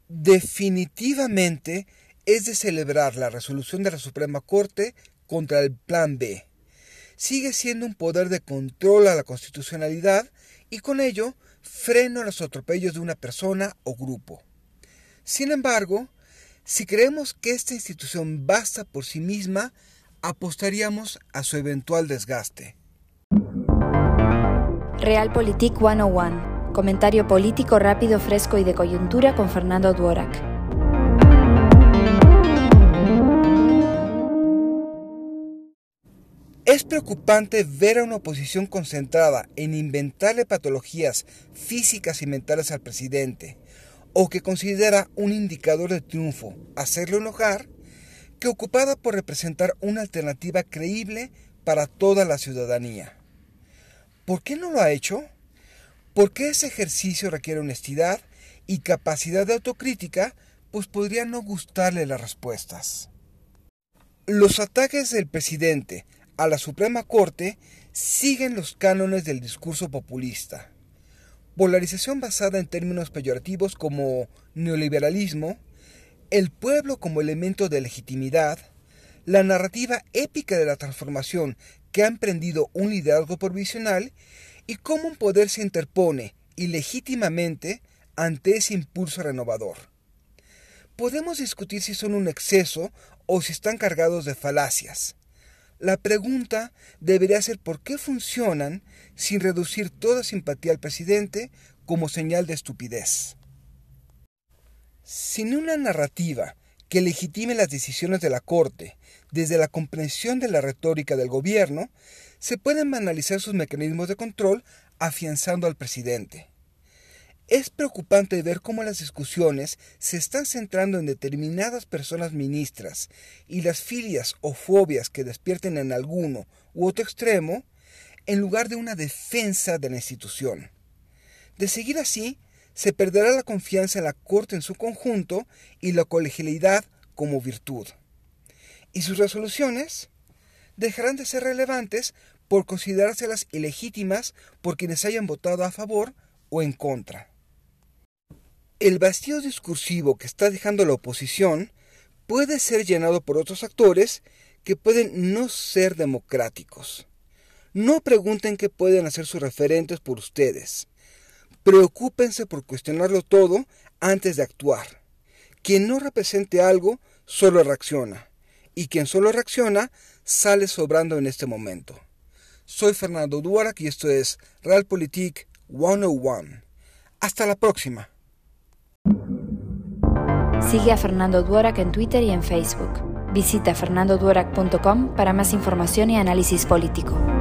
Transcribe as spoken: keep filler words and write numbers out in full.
Definitivamente es de celebrar la resolución de la Suprema Corte contra el Plan B. Sigue siendo un poder de control a la constitucionalidad y con ello freno a los atropellos de una persona o grupo. Sin embargo, si creemos que esta institución basta por sí misma, apostaríamos a su eventual desgaste. Realpolitik ciento uno. Comentario político rápido, fresco y de coyuntura con Fernando Dworak. Es preocupante ver a una oposición concentrada en inventarle patologías físicas y mentales al presidente, o que considera un indicador de triunfo hacerlo enojar, que ocupada por representar una alternativa creíble para toda la ciudadanía. ¿Por qué no lo ha hecho? Porque ese ejercicio requiere honestidad y capacidad de autocrítica, pues podría no gustarle las respuestas. Los ataques del presidente a la Suprema Corte siguen los cánones del discurso populista. Polarización basada en términos peyorativos como neoliberalismo, el pueblo como elemento de legitimidad, la narrativa épica de la transformación que ha emprendido un liderazgo provisional y cómo un poder se interpone ilegítimamente ante ese impulso renovador. Podemos discutir si son un exceso o si están cargados de falacias. La pregunta debería ser por qué funcionan sin reducir toda simpatía al presidente como señal de estupidez. Sin una narrativa que legitime las decisiones de la Corte desde la comprensión de la retórica del gobierno, se pueden banalizar sus mecanismos de control afianzando al presidente. Es preocupante ver cómo las discusiones se están centrando en determinadas personas ministras y las filias o fobias que despierten en alguno u otro extremo, en lugar de una defensa de la institución. De seguir así, se perderá la confianza en la Corte en su conjunto y la colegialidad como virtud. Y sus resoluciones dejarán de ser relevantes por considerárselas ilegítimas por quienes hayan votado a favor o en contra. El vacío discursivo que está dejando la oposición puede ser llenado por otros actores que pueden no ser democráticos. No pregunten qué pueden hacer sus referentes por ustedes. Preocúpense por cuestionarlo todo antes de actuar. Quien no represente algo solo reacciona, y quien solo reacciona sale sobrando en este momento. Soy Fernando Dworak y esto es Realpolitik ciento uno. Hasta la próxima. Sigue a Fernando Dworak en Twitter y en Facebook. Visita fernando dworak punto com para más información y análisis político.